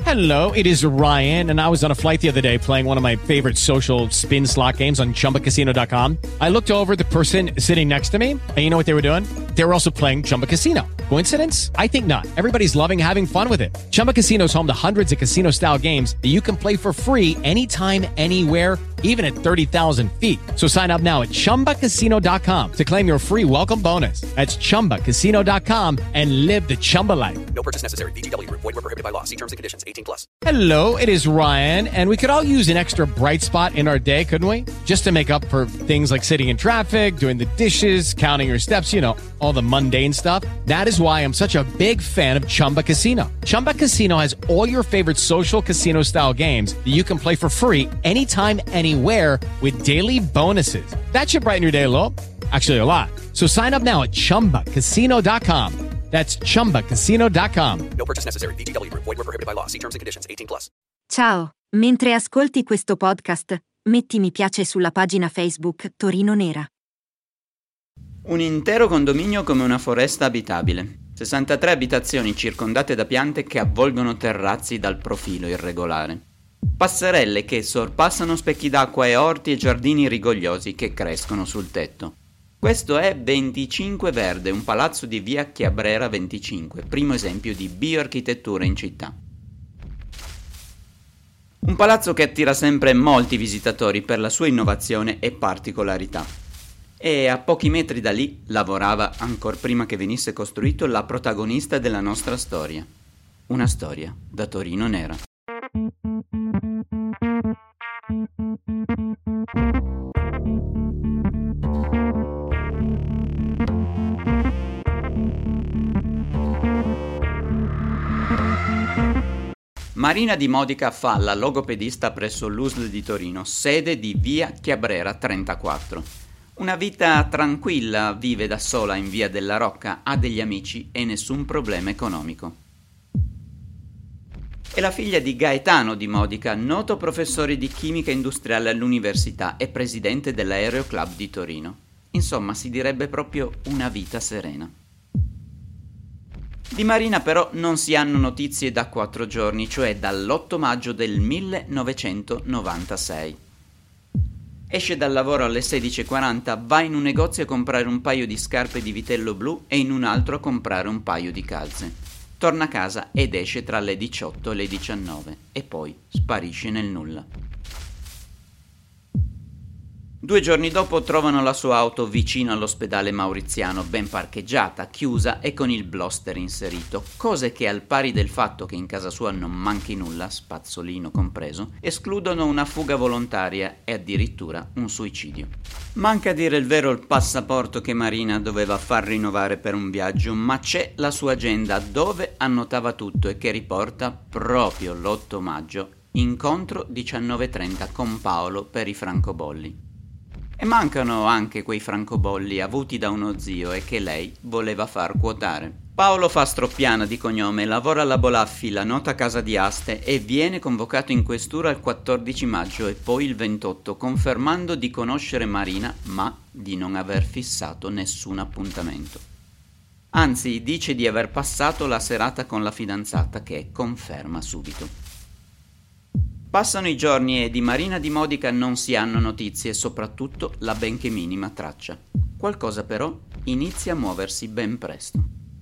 Hello, it is Ryan, and I was on a flight the other day playing one of my favorite social spin slot games on ChumbaCasino.com. I looked over at the person sitting next to me, and you know what they were doing? They were also playing Chumba Casino. Coincidence? I think not. Everybody's loving having fun with it. Chumba Casino is home to hundreds of casino-style games that you can play for free anytime, anywhere, even at 30,000 feet. So sign up now at ChumbaCasino.com to claim your free welcome bonus. That's ChumbaCasino.com and live the Chumba life. No purchase necessary. VGW. Void were prohibited by law. See terms and conditions. 18+. Hello, it is Ryan, and we could all use an extra bright spot in our day, couldn't we? Just to make up for things like sitting in traffic, doing the dishes, counting your steps, you know, all the mundane stuff. That is why I'm such a big fan of Chumba Casino. Chumba Casino has all your favorite social casino-style games that you can play for free anytime, anywhere with daily bonuses. That should brighten your day a little. Actually, a lot. So sign up now at ChumbaCasino.com. That's ChumbaCasino.com. No purchase necessary. VGW. Void were prohibited by law. See terms and conditions. 18+. Ciao, mentre ascolti questo podcast, metti mi piace sulla pagina Facebook Torino Nera. Un intero condominio come una foresta abitabile. 63 abitazioni circondate da piante che avvolgono terrazzi dal profilo irregolare. Passerelle che sorpassano specchi d'acqua e orti e giardini rigogliosi che crescono sul tetto. Questo è 25 Verde, un palazzo di via Chiabrera 25, primo esempio di bioarchitettura in città. Un palazzo che attira sempre molti visitatori per la sua innovazione e particolarità. E a pochi metri da lì lavorava, ancor prima che venisse costruito, la protagonista della nostra storia. Una storia da Torino Nera. Marina Di Modica fa la logopedista presso l'USL di Torino, sede di via Chiabrera 34. Una vita tranquilla, vive da sola in via della Rocca, ha degli amici e nessun problema economico. È la figlia di Gaetano Di Modica, noto professore di chimica industriale all'università e presidente dell'Aereo Club di Torino. Insomma, si direbbe proprio una vita serena. Di Marina però non si hanno notizie da 4 giorni, cioè dall'8 maggio del 1996. Esce dal lavoro alle 16:40, va in un negozio a comprare un paio di scarpe di vitello blu e in un altro a comprare un paio di calze. Torna a casa ed esce tra le 18 e le 19 e poi sparisce nel nulla. 2 giorni dopo trovano la sua auto vicino all'ospedale Mauriziano, ben parcheggiata, chiusa e con il bloster inserito, cose che al pari del fatto che in casa sua non manchi nulla, spazzolino compreso, escludono una fuga volontaria e addirittura un suicidio. Manca a dire il vero il passaporto che Marina doveva far rinnovare per un viaggio, ma c'è la sua agenda dove annotava tutto e che riporta proprio l'8 maggio, incontro 19:30 con Paolo per i francobolli. E mancano anche quei francobolli avuti da uno zio e che lei voleva far quotare. Paolo fa Stroppiana di cognome, lavora alla Bolaffi, la nota casa di aste, e viene convocato in questura il 14 maggio e poi il 28, confermando di conoscere Marina, ma di non aver fissato nessun appuntamento. Anzi, dice di aver passato la serata con la fidanzata, che conferma subito. Passano i giorni e di Marina Di Modica non si hanno notizie, soprattutto la benché minima traccia. Qualcosa però inizia a muoversi ben presto.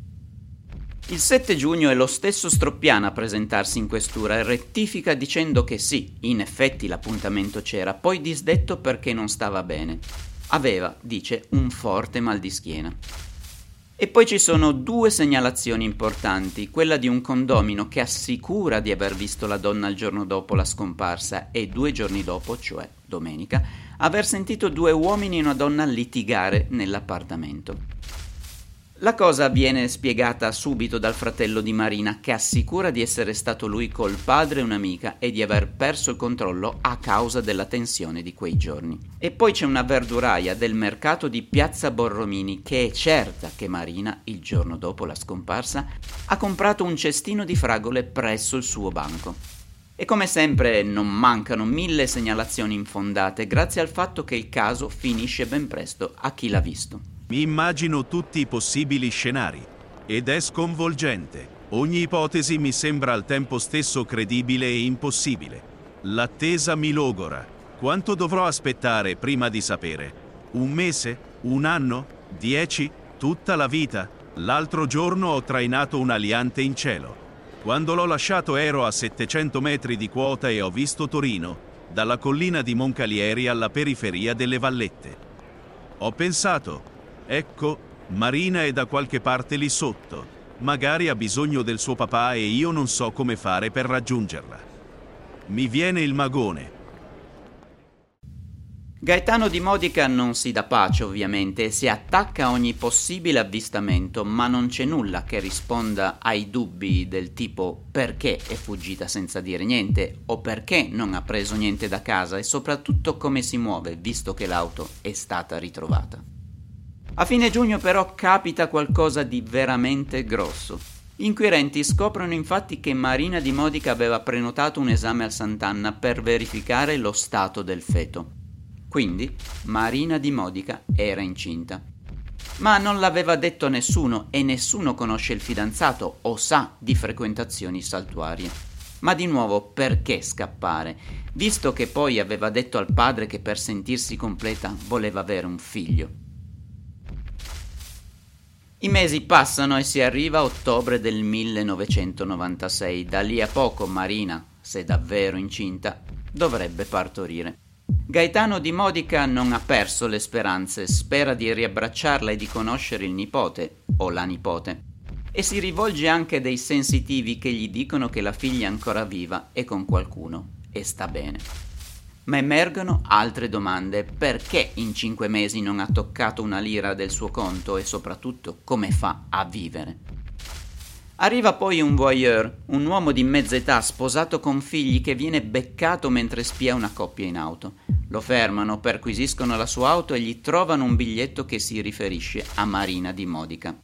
Il 7 giugno è lo stesso Stroppiana a presentarsi in questura e rettifica dicendo che sì, in effetti l'appuntamento c'era, poi disdetto perché non stava bene. Aveva, dice, un forte mal di schiena. E poi ci sono 2 segnalazioni importanti, quella di un condomino che assicura di aver visto la donna il giorno dopo la scomparsa e 2 giorni dopo, cioè domenica, aver sentito 2 uomini e una donna litigare nell'appartamento. La cosa viene spiegata subito dal fratello di Marina, che assicura di essere stato lui col padre e un'amica e di aver perso il controllo a causa della tensione di quei giorni. E poi c'è una verduraia del mercato di Piazza Borromini che è certa che Marina, il giorno dopo la scomparsa, ha comprato un cestino di fragole presso il suo banco. E come sempre non mancano 1000 segnalazioni infondate grazie al fatto che il caso finisce ben presto a chi l'ha visto. Mi immagino tutti i possibili scenari ed è sconvolgente. Ogni ipotesi mi sembra al tempo stesso credibile e impossibile. L'attesa mi logora. Quanto dovrò aspettare prima di sapere? 1 mese? 1 anno? 10? Tutta la vita? L'altro giorno ho trainato un aliante in cielo. Quando l'ho lasciato ero a 700 metri di quota e ho visto Torino, dalla collina di Moncalieri alla periferia delle Vallette. Ho pensato, ecco, Marina è da qualche parte lì sotto. Magari ha bisogno del suo papà e io non so come fare per raggiungerla. Mi viene il magone. Gaetano Di Modica non si dà pace ovviamente e si attacca a ogni possibile avvistamento, ma non c'è nulla che risponda ai dubbi del tipo perché è fuggita senza dire niente o perché non ha preso niente da casa e soprattutto come si muove visto che l'auto è stata ritrovata. A fine giugno però capita qualcosa di veramente grosso. Gli inquirenti scoprono infatti che Marina Di Modica aveva prenotato un esame al Sant'Anna per verificare lo stato del feto. Quindi Marina Di Modica era incinta. Ma non l'aveva detto a nessuno e nessuno conosce il fidanzato o sa di frequentazioni saltuarie. Ma di nuovo perché scappare, visto che poi aveva detto al padre che per sentirsi completa voleva avere un figlio? I mesi passano e si arriva a ottobre del 1996. Da lì a poco Marina, se davvero incinta, dovrebbe partorire. Gaetano Di Modica non ha perso le speranze, spera di riabbracciarla e di conoscere il nipote o la nipote e si rivolge anche a dei sensitivi che gli dicono che la figlia è ancora viva e con qualcuno e sta bene. Ma emergono altre domande: perché in 5 mesi non ha toccato una lira del suo conto e soprattutto come fa a vivere? Arriva poi un voyeur, un uomo di mezza età sposato con figli che viene beccato mentre spia una coppia in auto. Lo fermano, perquisiscono la sua auto e gli trovano un biglietto che si riferisce a Marina Di Modica.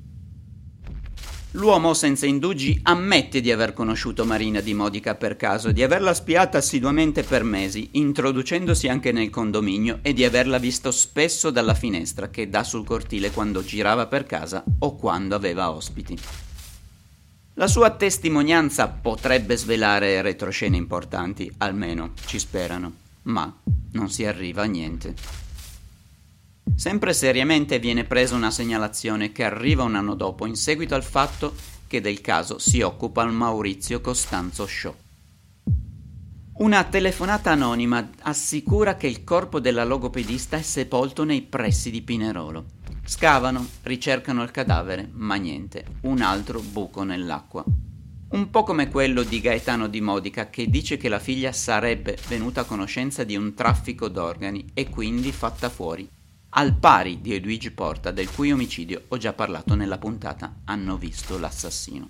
L'uomo senza indugi ammette di aver conosciuto Marina Di Modica per caso, di averla spiata assiduamente per mesi, introducendosi anche nel condominio e di averla visto spesso dalla finestra che dà sul cortile quando girava per casa o quando aveva ospiti. La sua testimonianza potrebbe svelare retroscene importanti, almeno ci sperano, ma non si arriva a niente. Sempre seriamente viene presa una segnalazione che arriva un anno dopo in seguito al fatto che del caso si occupa il Maurizio Costanzo Show. Una telefonata anonima assicura che il corpo della logopedista è sepolto nei pressi di Pinerolo. Scavano, ricercano il cadavere, ma niente, un altro buco nell'acqua. Un po' come quello di Gaetano Di Modica che dice che la figlia sarebbe venuta a conoscenza di un traffico d'organi e quindi fatta fuori, al pari di Luigi Porta, del cui omicidio ho già parlato nella puntata Hanno visto l'assassino.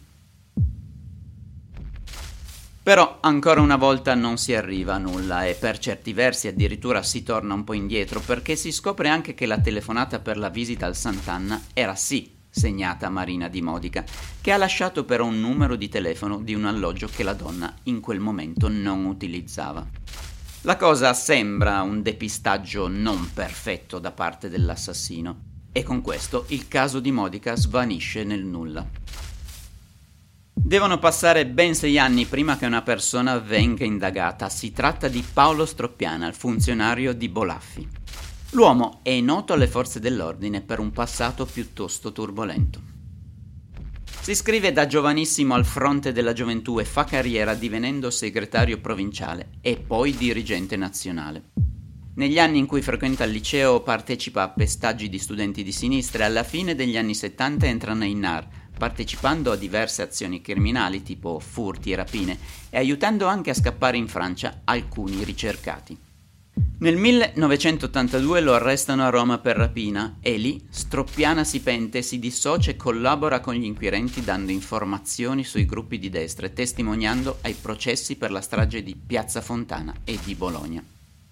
Però ancora una volta non si arriva a nulla e per certi versi addirittura si torna un po' indietro perché si scopre anche che la telefonata per la visita al Sant'Anna era sì segnata a Marina Di Modica, che ha lasciato però un numero di telefono di un alloggio che la donna in quel momento non utilizzava. La cosa sembra un depistaggio non perfetto da parte dell'assassino e con questo il caso Di Modica svanisce nel nulla. Devono passare ben 6 anni prima che una persona venga indagata. Si tratta di Paolo Stroppiana, il funzionario di Bolaffi. L'uomo è noto alle forze dell'ordine per un passato piuttosto turbolento. Si iscrive da giovanissimo al fronte della gioventù e fa carriera divenendo segretario provinciale e poi dirigente nazionale. Negli anni in cui frequenta il liceo partecipa a pestaggi di studenti di sinistra e alla fine degli anni 70 entra nei NAR, partecipando a diverse azioni criminali tipo furti e rapine e aiutando anche a scappare in Francia alcuni ricercati. Nel 1982 lo arrestano a Roma per rapina e lì Stroppiana si pente, si dissocia e collabora con gli inquirenti dando informazioni sui gruppi di destra e testimoniando ai processi per la strage di Piazza Fontana e di Bologna.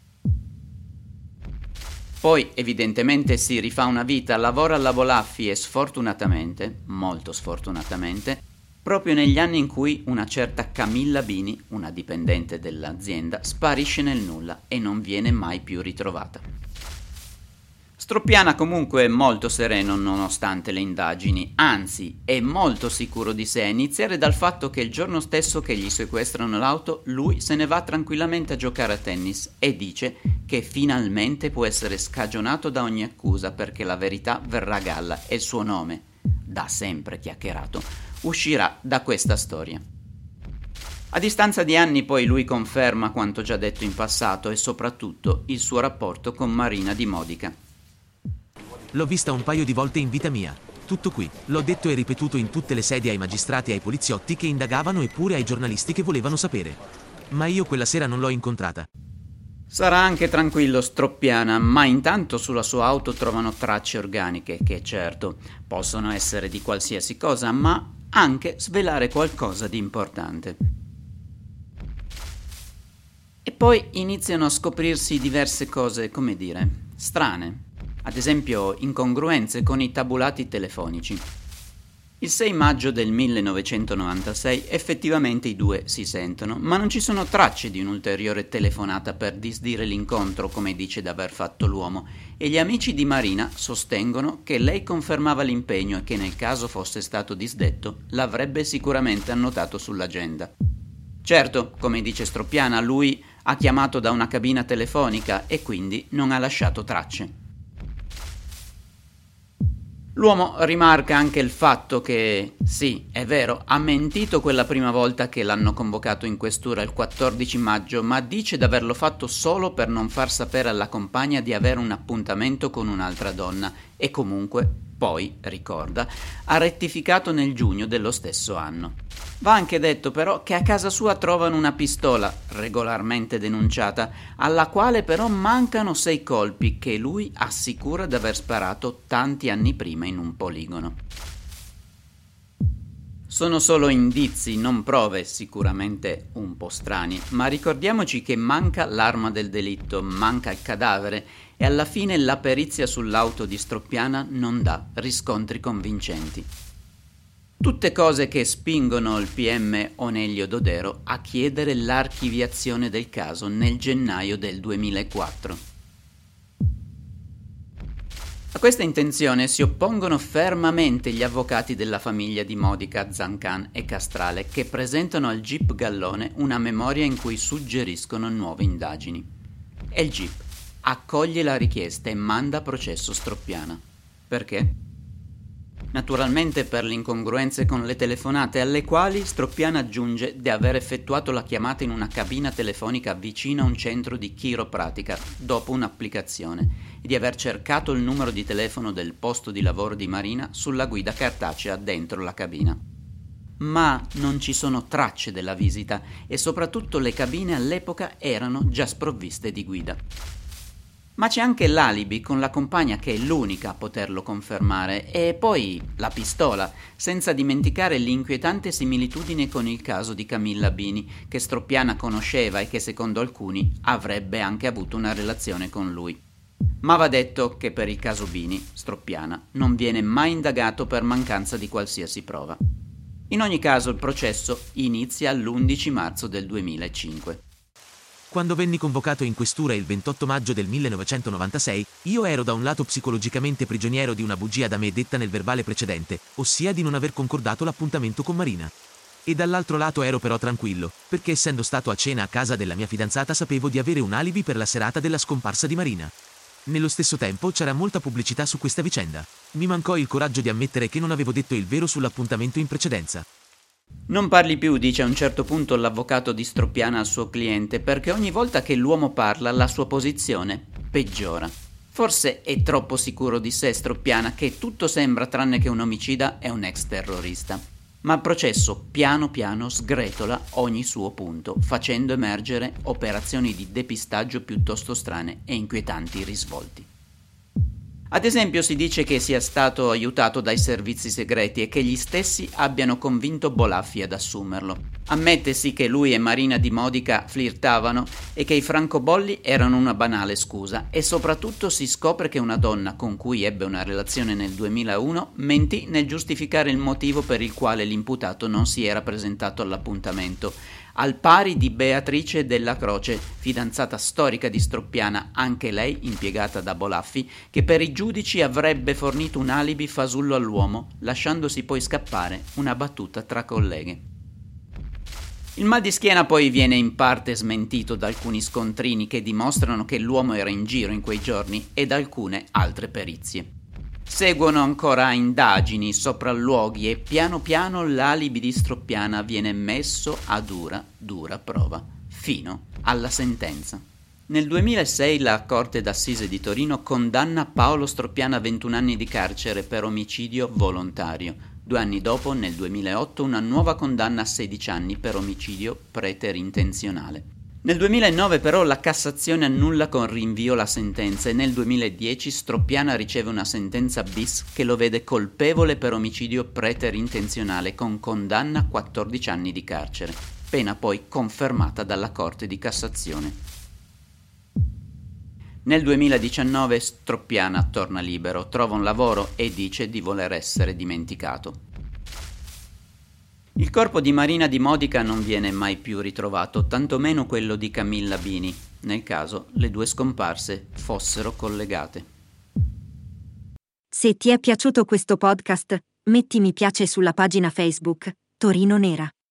Poi evidentemente si rifà una vita, lavora alla Bolaffi e sfortunatamente, molto sfortunatamente, proprio negli anni in cui una certa Camilla Bini, una dipendente dell'azienda, sparisce nel nulla e non viene mai più ritrovata. Stroppiana comunque è molto sereno nonostante le indagini, anzi è molto sicuro di sé, a iniziare dal fatto che il giorno stesso che gli sequestrano l'auto lui se ne va tranquillamente a giocare a tennis e dice che finalmente può essere scagionato da ogni accusa perché la verità verrà a galla e il suo nome, da sempre chiacchierato, uscirà da questa storia. A distanza di anni poi lui conferma quanto già detto in passato e soprattutto il suo rapporto con Marina Di Modica. L'ho vista un paio di volte in vita mia. Tutto qui. L'ho detto e ripetuto in tutte le sedi ai magistrati e ai poliziotti che indagavano e pure ai giornalisti che volevano sapere. Ma io quella sera non l'ho incontrata. Sarà anche tranquillo Stroppiana, ma intanto sulla sua auto trovano tracce organiche che certo possono essere di qualsiasi cosa, ma anche svelare qualcosa di importante. E poi iniziano a scoprirsi diverse cose, come dire, strane. Ad esempio incongruenze con i tabulati telefonici. Il 6 maggio del 1996 effettivamente i due si sentono, ma non ci sono tracce di un'ulteriore telefonata per disdire l'incontro come dice d'aver fatto l'uomo, e gli amici di Marina sostengono che lei confermava l'impegno e che nel caso fosse stato disdetto l'avrebbe sicuramente annotato sull'agenda. Certo, come dice Stroppiana, lui ha chiamato da una cabina telefonica e quindi non ha lasciato tracce. L'uomo rimarca anche il fatto che, sì, è vero, ha mentito quella prima volta che l'hanno convocato in questura il 14 maggio, ma dice d'averlo fatto solo per non far sapere alla compagna di avere un appuntamento con un'altra donna e comunque, poi, ricorda, ha rettificato nel giugno dello stesso anno. Va anche detto però che a casa sua trovano una pistola, regolarmente denunciata, alla quale però mancano 6 colpi che lui assicura d'aver sparato tanti anni prima in un poligono. Sono solo indizi, non prove, sicuramente un po' strani, ma ricordiamoci che manca l'arma del delitto, manca il cadavere e alla fine la perizia sull'auto di Stroppiana non dà riscontri convincenti. Tutte cose che spingono il PM Onelio Dodero a chiedere l'archiviazione del caso nel gennaio del 2004. A questa intenzione si oppongono fermamente gli avvocati della famiglia di Modica, Zancan e Castrale, che presentano al GIP Gallone una memoria in cui suggeriscono nuove indagini. E il GIP accoglie la richiesta e manda a processo Stroppiana. Perché? Naturalmente per le incongruenze con le telefonate, alle quali Stroppiana aggiunge di aver effettuato la chiamata in una cabina telefonica vicino a un centro di chiropratica dopo un'applicazione e di aver cercato il numero di telefono del posto di lavoro di Marina sulla guida cartacea dentro la cabina. Ma non ci sono tracce della visita e soprattutto le cabine all'epoca erano già sprovviste di guida. Ma c'è anche l'alibi con la compagna che è l'unica a poterlo confermare e poi la pistola, senza dimenticare l'inquietante similitudine con il caso di Camilla Bini che Stroppiana conosceva e che secondo alcuni avrebbe anche avuto una relazione con lui. Ma va detto che per il caso Bini, Stroppiana non viene mai indagato per mancanza di qualsiasi prova. In ogni caso il processo inizia l'11 marzo del 2005. Quando venni convocato in questura il 28 maggio del 1996, io ero da un lato psicologicamente prigioniero di una bugia da me detta nel verbale precedente, ossia di non aver concordato l'appuntamento con Marina. E dall'altro lato ero però tranquillo, perché essendo stato a cena a casa della mia fidanzata sapevo di avere un alibi per la serata della scomparsa di Marina. Nello stesso tempo c'era molta pubblicità su questa vicenda. Mi mancò il coraggio di ammettere che non avevo detto il vero sull'appuntamento in precedenza. Non parli più, dice a un certo punto l'avvocato di Stroppiana al suo cliente, perché ogni volta che l'uomo parla la sua posizione peggiora. Forse è troppo sicuro di sé Stroppiana che tutto sembra tranne che un omicida e un ex terrorista. Ma il processo piano piano sgretola ogni suo punto, facendo emergere operazioni di depistaggio piuttosto strane e inquietanti risvolti. Ad esempio si dice che sia stato aiutato dai servizi segreti e che gli stessi abbiano convinto Bolaffi ad assumerlo. Ammette sì che lui e Marina Di Modica flirtavano e che i francobolli erano una banale scusa e soprattutto si scopre che una donna con cui ebbe una relazione nel 2001 mentì nel giustificare il motivo per il quale l'imputato non si era presentato all'appuntamento, al pari di Beatrice Della Croce, fidanzata storica di Stroppiana, anche lei impiegata da Bolaffi, che per i giudici avrebbe fornito un alibi fasullo all'uomo, lasciandosi poi scappare una battuta tra colleghe. Il mal di schiena poi viene in parte smentito da alcuni scontrini che dimostrano che l'uomo era in giro in quei giorni e da alcune altre perizie. Seguono ancora indagini, sopralluoghi e piano piano l'alibi di Stroppiana viene messo a dura prova, fino alla sentenza. Nel 2006 la Corte d'Assise di Torino condanna Paolo Stroppiana a 21 anni di carcere per omicidio volontario. 2 anni dopo, nel 2008, una nuova condanna a 16 anni per omicidio preterintenzionale. Nel 2009 però la Cassazione annulla con rinvio la sentenza e nel 2010 Stroppiana riceve una sentenza bis che lo vede colpevole per omicidio preterintenzionale con condanna a 14 anni di carcere, pena poi confermata dalla Corte di Cassazione. Nel 2019 Stroppiana torna libero, trova un lavoro e dice di voler essere dimenticato. Il corpo di Marina Di Modica non viene mai più ritrovato, tantomeno quello di Camilla Bini, nel caso le due scomparse fossero collegate. Se ti è piaciuto questo podcast, metti mi piace sulla pagina Facebook Torino Nera.